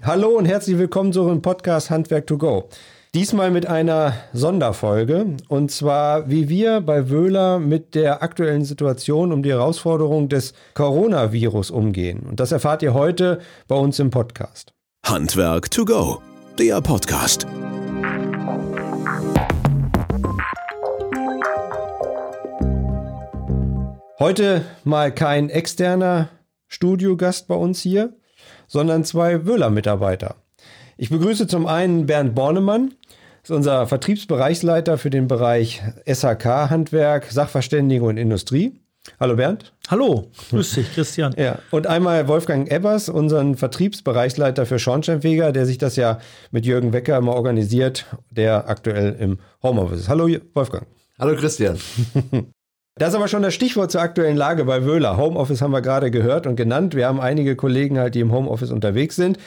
Hallo und herzlich willkommen zu unserem Podcast Handwerk to go. Diesmal mit einer Sonderfolge und zwar wie wir bei Wöhler mit der aktuellen Situation um die Herausforderung des Coronavirus umgehen. Und das erfahrt ihr heute bei uns im Podcast. Handwerk to go, der Podcast. Heute mal kein externer Studiogast bei uns hier, sondern zwei Wöhler-Mitarbeiter. Ich begrüße zum einen Bernd Bornemann, das ist unser Vertriebsbereichsleiter für den Bereich SHK, Handwerk, Sachverständige und Industrie. Hallo Bernd. Hallo, grüß dich Christian. Ja, und einmal Wolfgang Ebbers, unseren Vertriebsbereichsleiter für Schornsteinfeger, der sich das ja mit Jürgen Wecker immer organisiert, der aktuell im Homeoffice ist. Hallo Wolfgang. Hallo Christian. Das ist aber schon das Stichwort zur aktuellen Lage bei Wöhler. Homeoffice haben wir gerade gehört und genannt. Wir haben einige Kollegen halt, die im Homeoffice unterwegs sind.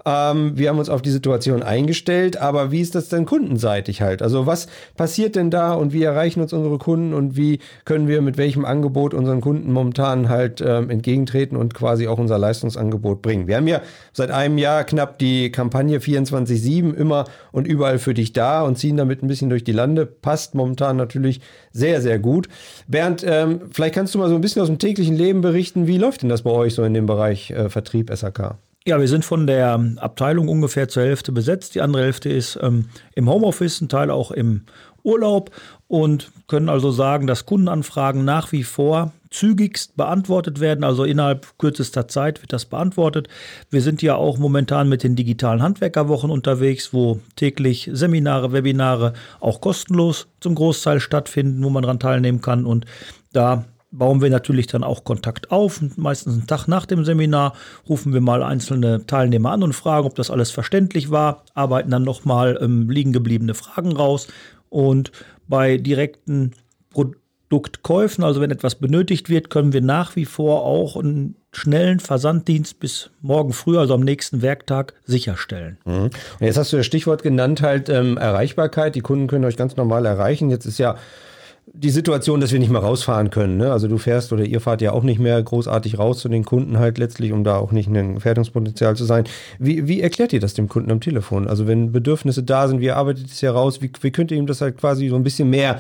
Wir haben uns auf die Situation eingestellt, aber wie ist das denn kundenseitig halt? Also was passiert denn da und wie erreichen uns unsere Kunden und wie können wir mit welchem Angebot unseren Kunden momentan halt entgegentreten und quasi auch unser Leistungsangebot bringen? Wir haben ja seit einem Jahr knapp die Kampagne 24/7 immer und überall für dich da und ziehen damit ein bisschen durch die Lande. Passt momentan natürlich sehr, sehr gut. Bernd, vielleicht kannst du mal so ein bisschen aus dem täglichen Leben berichten. Wie läuft denn das bei euch so in dem Bereich Vertrieb SHK? Ja, wir sind von der Abteilung ungefähr zur Hälfte besetzt. Die andere Hälfte ist im Homeoffice, ein Teil auch im Urlaub und können also sagen, dass Kundenanfragen nach wie vor zügigst beantwortet werden. Also innerhalb kürzester Zeit wird das beantwortet. Wir sind ja auch momentan mit den digitalen Handwerkerwochen unterwegs, wo täglich Seminare, Webinare auch kostenlos zum Großteil stattfinden, wo man daran teilnehmen kann. Und da bauen wir natürlich dann auch Kontakt auf. Meistens einen Tag nach dem Seminar rufen wir mal einzelne Teilnehmer an und fragen, ob das alles verständlich war, arbeiten dann nochmal liegen gebliebene Fragen raus. Und bei direkten Produktkäufen, also wenn etwas benötigt wird, können wir nach wie vor auch einen schnellen Versanddienst bis morgen früh, also am nächsten Werktag, sicherstellen. Und jetzt hast du das Stichwort genannt, halt Erreichbarkeit. Die Kunden können euch ganz normal erreichen. Jetzt ist ja die Situation, dass wir nicht mehr rausfahren können. Ne? Also du fährst oder ihr fahrt ja auch nicht mehr großartig raus zu den Kunden halt letztlich, um da auch nicht ein Gefährdungspotenzial zu sein. Wie erklärt ihr das dem Kunden am Telefon? Also wenn Bedürfnisse da sind, wie arbeitet es heraus? Wie könnt ihr ihm das halt quasi so ein bisschen mehr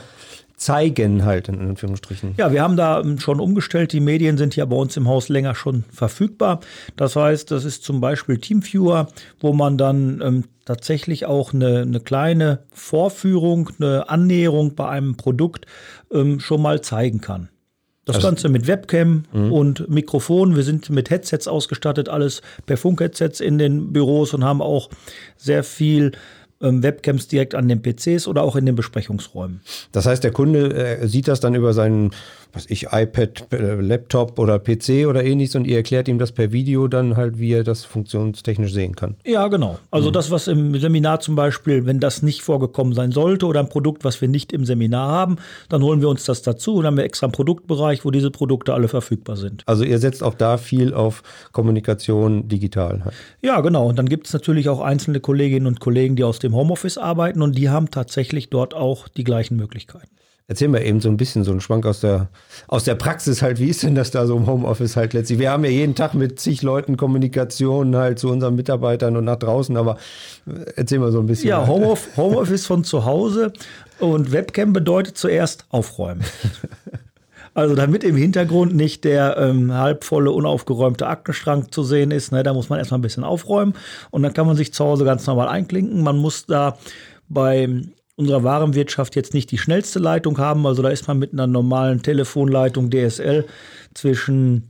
zeigen halt in Anführungsstrichen? Ja, wir haben da schon umgestellt. Die Medien sind ja bei uns im Haus länger schon verfügbar. Das heißt, das ist zum Beispiel Teamviewer, wo man dann tatsächlich auch eine kleine Vorführung, eine Annäherung bei einem Produkt schon mal zeigen kann. Das Ganze mit Webcam und Mikrofon. Wir sind mit Headsets ausgestattet, alles per Funk-Headsets in den Büros und haben auch sehr viel Webcams direkt an den PCs oder auch in den Besprechungsräumen. Das heißt, der Kunde sieht das dann über seinen, iPad, Laptop oder PC oder ähnliches und ihr erklärt ihm das per Video dann halt, wie er das funktionstechnisch sehen kann. Ja, genau. Also das, was im Seminar zum Beispiel, wenn das nicht vorgekommen sein sollte oder ein Produkt, was wir nicht im Seminar haben, dann holen wir uns das dazu und dann haben wir extra einen Produktbereich, wo diese Produkte alle verfügbar sind. Also ihr setzt auch da viel auf Kommunikation digital. Ja, genau. Und dann gibt es natürlich auch einzelne Kolleginnen und Kollegen, die aus dem Homeoffice arbeiten und die haben tatsächlich dort auch die gleichen Möglichkeiten. Erzähl mal eben so ein bisschen so einen Schwank aus der Praxis halt. Wie ist denn das da so im Homeoffice halt letztlich? Wir haben ja jeden Tag mit zig Leuten Kommunikation halt zu unseren Mitarbeitern und nach draußen, aber erzähl mal so ein bisschen. Ja, Homeoffice von zu Hause und Webcam bedeutet zuerst aufräumen. Also damit im Hintergrund nicht der halbvolle, unaufgeräumte Aktenschrank zu sehen ist, ne, da muss man erstmal ein bisschen aufräumen und dann kann man sich zu Hause ganz normal einklinken. Man muss da bei unserer Warenwirtschaft jetzt nicht die schnellste Leitung haben, also da ist man mit einer normalen Telefonleitung DSL zwischen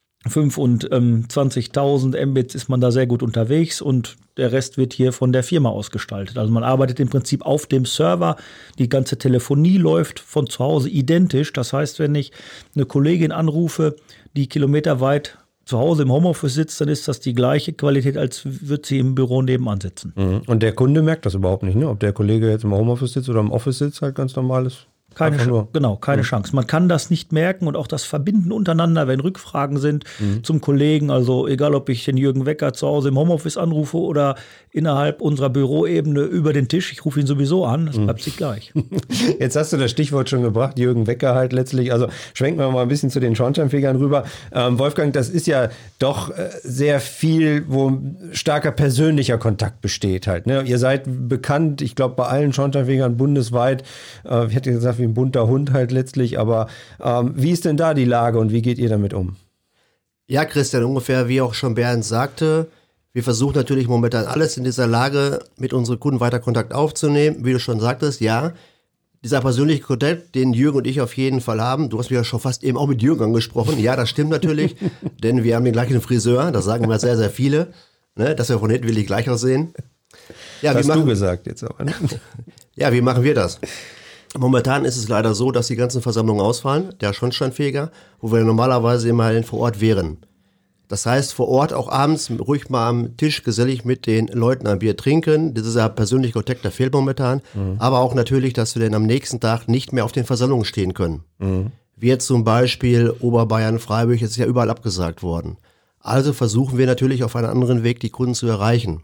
5 und 20.000 Mbits ist man da sehr gut unterwegs und der Rest wird hier von der Firma ausgestaltet. Also man arbeitet im Prinzip auf dem Server, die ganze Telefonie läuft von zu Hause identisch. Das heißt, wenn ich eine Kollegin anrufe, die kilometerweit zu Hause im Homeoffice sitzt, dann ist das die gleiche Qualität, als würde sie im Büro nebenan sitzen. Und der Kunde merkt das überhaupt nicht, ne? Ob der Kollege jetzt im Homeoffice sitzt oder im Office sitzt, halt ganz normal ist. Keine Chance. Man kann das nicht merken und auch das Verbinden untereinander, wenn Rückfragen sind zum Kollegen. Also egal, ob ich den Jürgen Wecker zu Hause im Homeoffice anrufe oder innerhalb unserer Büroebene über den Tisch. Ich rufe ihn sowieso an, das bleibt sich gleich. Jetzt hast du das Stichwort schon gebracht, Jürgen Wecker halt letztlich. Also schwenken wir mal ein bisschen zu den Schornsteinfegern rüber. Wolfgang, das ist ja doch sehr viel, wo starker persönlicher Kontakt besteht halt. Ne? Ihr seid bekannt, ich glaube, bei allen Schornsteinfegern bundesweit. Ich hätte gesagt, wie ein bunter Hund halt letztlich. Aber wie ist denn da die Lage und wie geht ihr damit um? Ja, Christian, ungefähr wie auch schon Bernd sagte, wir versuchen natürlich momentan alles in dieser Lage, mit unseren Kunden weiter Kontakt aufzunehmen. Wie du schon sagtest, ja, dieser persönliche Kontakt, den Jürgen und ich auf jeden Fall haben. Du hast mich ja schon fast eben auch mit Jürgen angesprochen. Ja, das stimmt natürlich, denn wir haben den gleichen Friseur. Das sagen immer sehr, sehr viele, ne, dass wir von hinten wirklich gleich aussehen. Ja, hast du gesagt jetzt aber, ne? Ja, wie machen wir das? Momentan ist es leider so, dass die ganzen Versammlungen ausfallen, der Schornsteinfeger, wo wir normalerweise immerhin vor Ort wären. Das heißt, vor Ort auch abends ruhig mal am Tisch gesellig mit den Leuten ein Bier trinken. Das ist ja persönlicher Kontakt, der fehlt momentan. Aber auch natürlich, dass wir dann am nächsten Tag nicht mehr auf den Versammlungen stehen können. Wie jetzt zum Beispiel Oberbayern, Freiburg, ist ja überall abgesagt worden. Also versuchen wir natürlich auf einen anderen Weg die Kunden zu erreichen.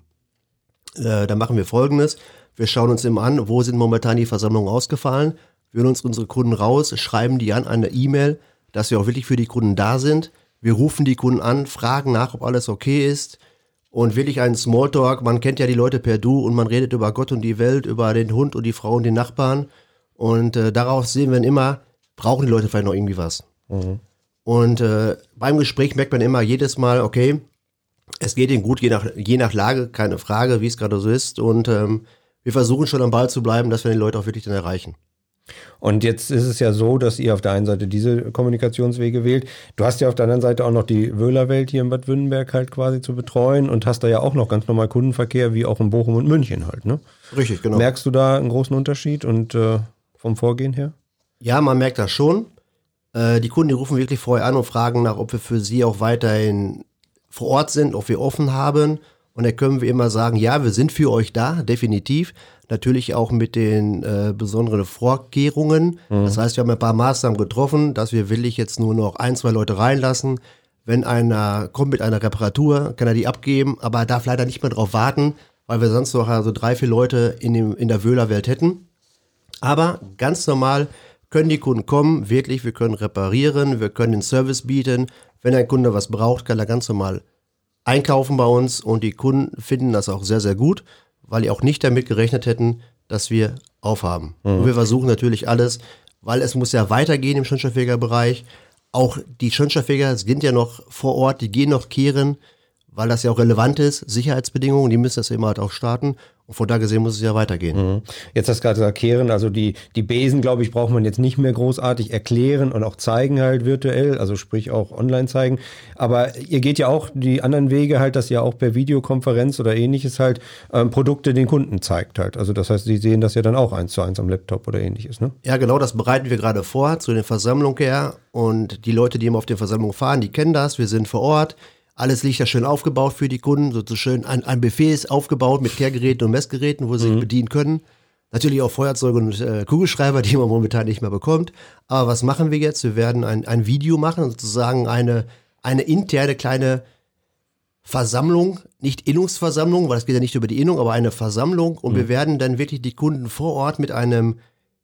Da machen wir Folgendes. Wir schauen uns immer an, wo sind momentan die Versammlungen ausgefallen. Wir holen uns unsere Kunden raus, schreiben die an eine E-Mail, dass wir auch wirklich für die Kunden da sind. Wir rufen die Kunden an, fragen nach, ob alles okay ist und wirklich einen Smalltalk. Man kennt ja die Leute per Du und man redet über Gott und die Welt, über den Hund und die Frau und den Nachbarn. Und darauf sehen wir immer, brauchen die Leute vielleicht noch irgendwie was. Und beim Gespräch merkt man immer jedes Mal, okay, es geht ihnen gut, je nach Lage, keine Frage, wie es gerade so ist. Und wir versuchen schon am Ball zu bleiben, dass wir die Leute auch wirklich dann erreichen. Und jetzt ist es ja so, dass ihr auf der einen Seite diese Kommunikationswege wählt. Du hast ja auf der anderen Seite auch noch die Wöhlerwelt hier in Bad Württemberg halt quasi zu betreuen und hast da ja auch noch ganz normal Kundenverkehr, wie auch in Bochum und München halt, ne? Richtig, genau. Merkst du da einen großen Unterschied und vom Vorgehen her? Ja, man merkt das schon. Die Kunden, die rufen wirklich vorher an und fragen nach, ob wir für sie auch weiterhin vor Ort sind, ob wir offen haben. Und da können wir immer sagen, ja, wir sind für euch da, definitiv. Natürlich auch mit den besonderen Vorkehrungen. Das heißt, wir haben ein paar Maßnahmen getroffen, dass wir wirklich jetzt nur noch 1, 2 Leute reinlassen. Wenn einer kommt mit einer Reparatur, kann er die abgeben, aber er darf leider nicht mehr drauf warten, weil wir sonst noch also 3, 4 Leute in der Wöhlerwelt hätten. Aber ganz normal können die Kunden kommen, wirklich, wir können reparieren, wir können den Service bieten. Wenn ein Kunde was braucht, kann er ganz normal einkaufen bei uns und die Kunden finden das auch sehr, sehr gut, weil die auch nicht damit gerechnet hätten, dass wir aufhaben. Und wir versuchen natürlich alles, weil es muss ja weitergehen im Schornsteinfegerbereich. Auch die Schornsteinfeger sind ja noch vor Ort, die gehen noch kehren, weil das ja auch relevant ist, Sicherheitsbedingungen, die müssen das immer halt auch starten. Und von da gesehen muss es ja weitergehen. Jetzt hast du gerade gesagt, kehren, also die Besen, glaube ich, braucht man jetzt nicht mehr großartig erklären und auch zeigen halt virtuell, also sprich auch online zeigen. Aber ihr geht ja auch die anderen Wege halt, dass ihr auch per Videokonferenz oder ähnliches halt Produkte den Kunden zeigt halt. Also das heißt, sie sehen das ja dann auch 1:1 am Laptop oder ähnliches, ne? Ja, genau, das bereiten wir gerade vor zu den Versammlungen her. Und die Leute, die immer auf den Versammlungen fahren, die kennen das. Wir sind vor Ort. Alles liegt ja schön aufgebaut für die Kunden, so schön ein Buffet ist aufgebaut mit Kehrgeräten und Messgeräten, wo sie sich bedienen können. Natürlich auch Feuerzeuge und Kugelschreiber, die man momentan nicht mehr bekommt. Aber was machen wir jetzt? Wir werden ein Video machen, sozusagen eine interne kleine Versammlung, nicht Innungsversammlung, weil es geht ja nicht über die Innung, aber eine Versammlung. Und wir werden dann wirklich die Kunden vor Ort mit einem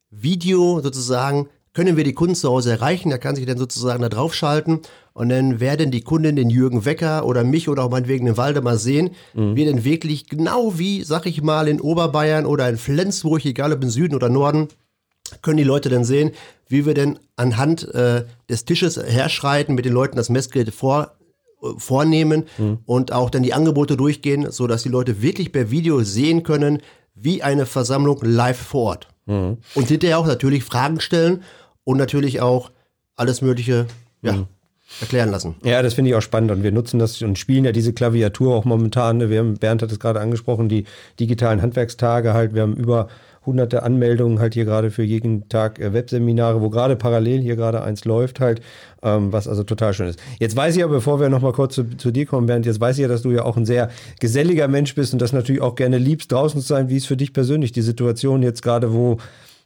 Video sozusagen, können wir die Kunden zu Hause erreichen, da kann sich dann sozusagen da draufschalten und dann werden die Kunden den Jürgen Wecker oder mich oder auch meinetwegen den Waldemar sehen, wir denn wirklich genau wie, sag ich mal, in Oberbayern oder in Flensburg, egal ob im Süden oder Norden, können die Leute dann sehen, wie wir denn anhand des Tisches herschreiten, mit den Leuten das Messgerät vornehmen und auch dann die Angebote durchgehen, sodass die Leute wirklich per Video sehen können, wie eine Versammlung live vor Ort. Und hinterher auch natürlich Fragen stellen und natürlich auch alles Mögliche erklären lassen. Ja, das finde ich auch spannend und wir nutzen das und spielen ja diese Klaviatur auch momentan. Bernd hat es gerade angesprochen, die digitalen Handwerkstage halt. Wir haben über 100 Anmeldungen halt hier gerade für jeden Tag Webseminare, wo gerade parallel hier gerade eins läuft halt, was also total schön ist. Jetzt weiß ich ja, bevor wir nochmal kurz zu dir kommen, Bernd, jetzt weiß ich ja, dass du ja auch ein sehr geselliger Mensch bist und das natürlich auch gerne liebst, draußen zu sein. Wie ist für dich persönlich die Situation jetzt gerade, wo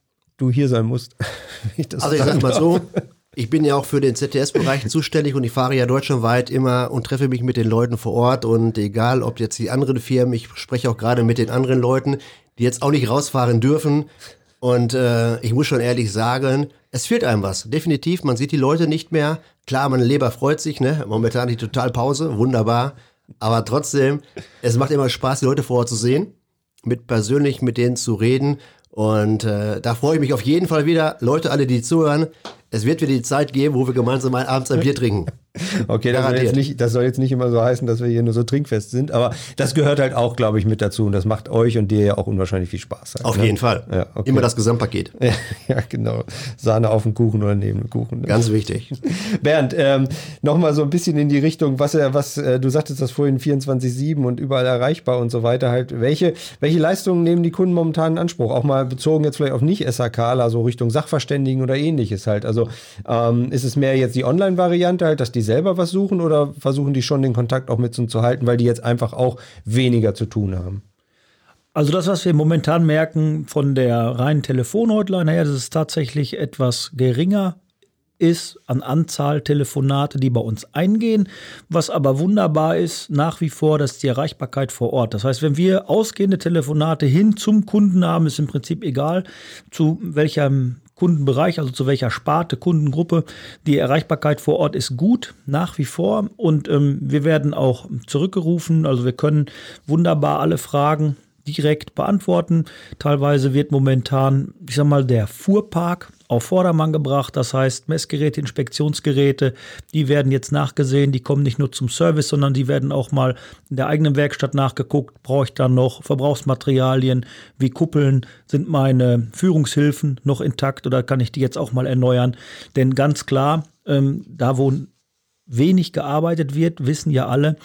du hier sein musst. Ich sag mal so, ich bin ja auch für den ZTS-Bereich zuständig und ich fahre ja deutschlandweit immer und treffe mich mit den Leuten vor Ort und egal, ob jetzt die anderen Firmen, ich spreche auch gerade mit den anderen Leuten, die jetzt auch nicht rausfahren dürfen und ich muss schon ehrlich sagen, es fehlt einem was, definitiv, man sieht die Leute nicht mehr, klar, meine Leber freut sich, ne, momentan die Totalpause, wunderbar, aber trotzdem, es macht immer Spaß, die Leute vor Ort zu sehen, mit denen zu reden und da freue ich mich auf jeden Fall wieder, Leute alle, die zuhören, es wird wieder die Zeit geben, wo wir gemeinsam abends ein Bier trinken. Okay, das soll jetzt nicht immer so heißen, dass wir hier nur so trinkfest sind, aber das gehört halt auch, glaube ich, mit dazu und das macht euch und dir ja auch unwahrscheinlich viel Spaß. Halt, auf jeden Fall. Ja, okay. Immer das Gesamtpaket. Ja, genau. Sahne auf dem Kuchen oder neben dem Kuchen. Ne? Ganz wichtig. Bernd, nochmal so ein bisschen in die Richtung, was du sagtest das vorhin 24/7 und überall erreichbar und so weiter halt. Welche Leistungen nehmen die Kunden momentan in Anspruch? Auch mal bezogen jetzt vielleicht auf Nicht-SAKler, so Richtung Sachverständigen oder ähnliches halt. Also ist es mehr jetzt die Online-Variante halt, dass die selber was suchen oder versuchen die schon den Kontakt auch mit uns zu halten, weil die jetzt einfach auch weniger zu tun haben? Also das, was wir momentan merken von der reinen Telefon-Hotline her, dass es tatsächlich etwas geringer ist an Anzahl Telefonate, die bei uns eingehen. Was aber wunderbar ist, nach wie vor, das ist die Erreichbarkeit vor Ort. Das heißt, wenn wir ausgehende Telefonate hin zum Kunden haben, ist im Prinzip egal, zu welchem Kundenbereich, also zu welcher Sparte, Kundengruppe. Die Erreichbarkeit vor Ort ist gut, nach wie vor. Und wir werden auch zurückgerufen. Also wir können wunderbar alle Fragen direkt beantworten. Teilweise wird momentan, ich sag mal, der Fuhrpark auf Vordermann gebracht. Das heißt, Messgeräte, Inspektionsgeräte, die werden jetzt nachgesehen. Die kommen nicht nur zum Service, sondern die werden auch mal in der eigenen Werkstatt nachgeguckt. Brauche ich dann noch Verbrauchsmaterialien wie Kuppeln? Sind meine Führungshilfen noch intakt oder kann ich die jetzt auch mal erneuern? Denn ganz klar, da wo wenig gearbeitet wird, wissen ja alle,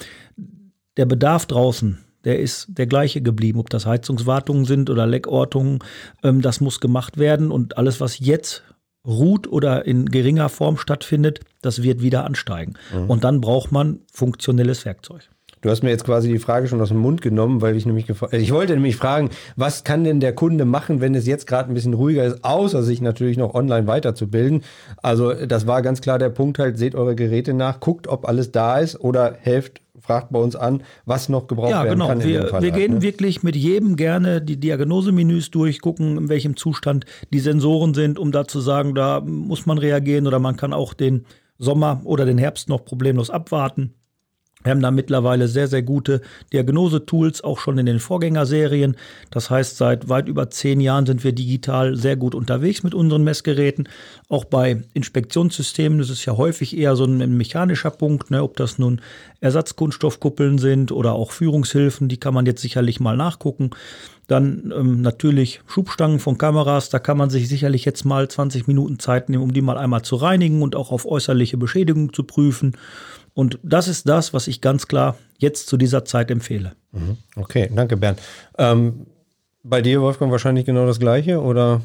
der Bedarf draußen, der ist der gleiche geblieben, ob das Heizungswartungen sind oder Leckortungen, das muss gemacht werden und alles, was jetzt ruht oder in geringer Form stattfindet, das wird wieder ansteigen. Und dann braucht man funktionelles Werkzeug. Du hast mir jetzt quasi die Frage schon aus dem Mund genommen, weil ich wollte nämlich fragen, was kann denn der Kunde machen, wenn es jetzt gerade ein bisschen ruhiger ist, außer sich natürlich noch online weiterzubilden. Also das war ganz klar der Punkt halt, seht eure Geräte nach, guckt, ob alles da ist oder helft, fragt bei uns an, was noch gebraucht werden kann. Wir gehen wirklich mit jedem gerne die Diagnosemenüs durch, gucken, in welchem Zustand die Sensoren sind, um da zu sagen, da muss man reagieren oder man kann auch den Sommer oder den Herbst noch problemlos abwarten. Wir haben da mittlerweile sehr, sehr gute Diagnosetools, auch schon in den Vorgängerserien. Das heißt, seit weit über 10 Jahren sind wir digital sehr gut unterwegs mit unseren Messgeräten. Auch bei Inspektionssystemen, das ist ja häufig eher so ein mechanischer Punkt, ne, ob das nun Ersatzkunststoffkuppeln sind oder auch Führungshilfen, die kann man jetzt sicherlich mal nachgucken. Dann natürlich Schubstangen von Kameras, da kann man sich sicherlich jetzt mal 20 Minuten Zeit nehmen, um die mal einmal zu reinigen und auch auf äußerliche Beschädigung zu prüfen. Und das ist das, was ich ganz klar jetzt zu dieser Zeit empfehle. Okay, danke Bernd. Bei dir, Wolfgang, wahrscheinlich genau das Gleiche oder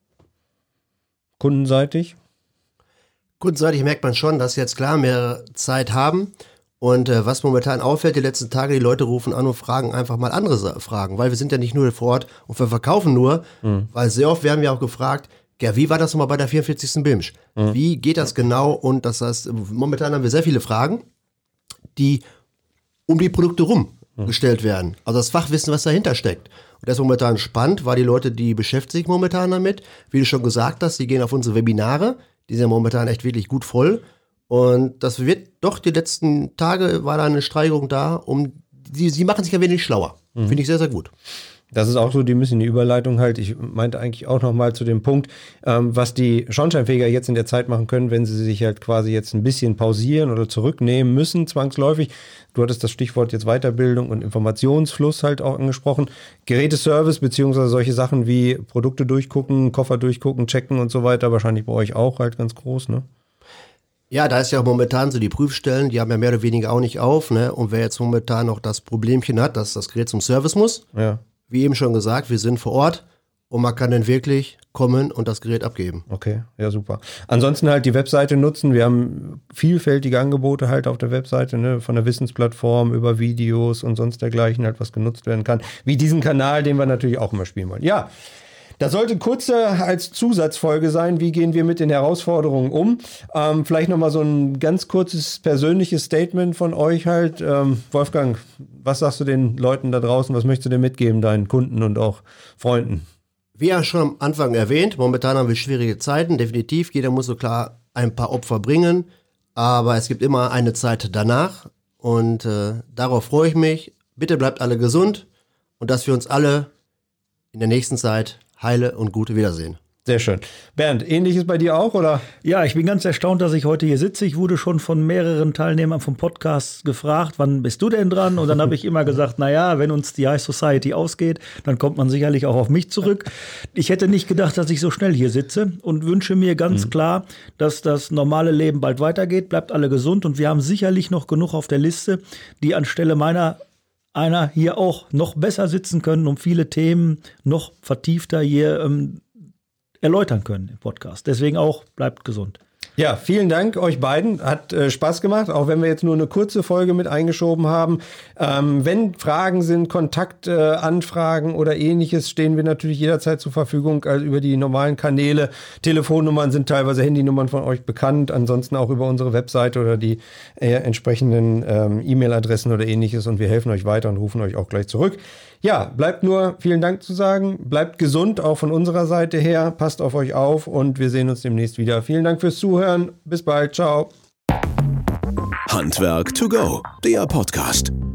kundenseitig? Kundenseitig merkt man schon, dass sie jetzt klar mehr Zeit haben. Und was momentan auffällt, die letzten Tage, die Leute rufen an und fragen einfach mal andere Fragen, weil wir sind ja nicht nur vor Ort und wir verkaufen nur, weil sehr oft werden wir auch gefragt, ja, wie war das nochmal bei der 44. BIMSCH? Wie geht das genau? Und das heißt, momentan haben wir sehr viele Fragen, die um die Produkte rum gestellt werden. Also das Fachwissen, was dahinter steckt. Und das ist momentan spannend, weil die Leute, die beschäftigen sich momentan damit. Wie du schon gesagt hast, die gehen auf unsere Webinare. Die sind ja momentan echt wirklich gut voll. Und das wird doch, die letzten Tage war da eine Steigerung da. Sie machen sich ein wenig schlauer. Finde ich sehr, sehr gut. Das ist auch so die bisschen die Überleitung halt. Ich meinte eigentlich auch nochmal zu dem Punkt, was die Schornsteinfeger jetzt in der Zeit machen können, wenn sie sich halt quasi jetzt ein bisschen pausieren oder zurücknehmen müssen, zwangsläufig. Du hattest das Stichwort jetzt Weiterbildung und Informationsfluss halt auch angesprochen. Geräteservice beziehungsweise solche Sachen wie Produkte durchgucken, Koffer durchgucken, checken und so weiter, wahrscheinlich bei euch auch halt ganz groß, ne? Ja, da ist ja auch momentan so die Prüfstellen, die haben ja mehr oder weniger auch nicht auf, ne? Und wer jetzt momentan noch das Problemchen hat, dass das Gerät zum Service muss, ja. Wie eben schon gesagt, wir sind vor Ort und man kann dann wirklich kommen und das Gerät abgeben. Okay, ja super. Ansonsten halt die Webseite nutzen. Wir haben vielfältige Angebote halt auf der Webseite, ne? Von der Wissensplattform über Videos und sonst dergleichen halt, was genutzt werden kann. Wie diesen Kanal, den wir natürlich auch immer spielen wollen. Ja, Das sollte kurze als Zusatzfolge sein, wie gehen wir mit den Herausforderungen um. Vielleicht nochmal so ein ganz kurzes persönliches Statement von euch halt. Wolfgang, was sagst du den Leuten da draußen, was möchtest du denn mitgeben, deinen Kunden und auch Freunden? Wie ja schon am Anfang erwähnt, momentan haben wir schwierige Zeiten, definitiv. Jeder muss so klar ein paar Opfer bringen, aber es gibt immer eine Zeit danach und darauf freue ich mich. Bitte bleibt alle gesund und dass wir uns alle in der nächsten Zeit heile und gute wiedersehen. Sehr schön. Bernd, ähnliches bei dir auch, oder? Ja, ich bin ganz erstaunt, dass ich heute hier sitze. Ich wurde schon von mehreren Teilnehmern vom Podcast gefragt, wann bist du denn dran? Und dann habe ich immer gesagt, naja, wenn uns die High Society ausgeht, dann kommt man sicherlich auch auf mich zurück. Ich hätte nicht gedacht, dass ich so schnell hier sitze und wünsche mir ganz klar, dass das normale Leben bald weitergeht. Bleibt alle gesund und wir haben sicherlich noch genug auf der Liste, die anstelle einer hier auch noch besser sitzen können, um viele Themen noch vertiefter hier erläutern können im Podcast. Deswegen auch, bleibt gesund. Ja, vielen Dank euch beiden. Hat Spaß gemacht, auch wenn wir jetzt nur eine kurze Folge mit eingeschoben haben. Wenn Fragen sind, Kontaktanfragen oder ähnliches, stehen wir natürlich jederzeit zur Verfügung, also über die normalen Kanäle. Telefonnummern sind teilweise Handynummern von euch bekannt, ansonsten auch über unsere Webseite oder die entsprechenden E-Mail-Adressen oder ähnliches und wir helfen euch weiter und rufen euch auch gleich zurück. Ja, bleibt nur vielen Dank zu sagen. Bleibt gesund, auch von unserer Seite her. Passt auf euch auf und wir sehen uns demnächst wieder. Vielen Dank fürs Zuhören. Bis bald. Ciao. Handwerk to go, der Podcast.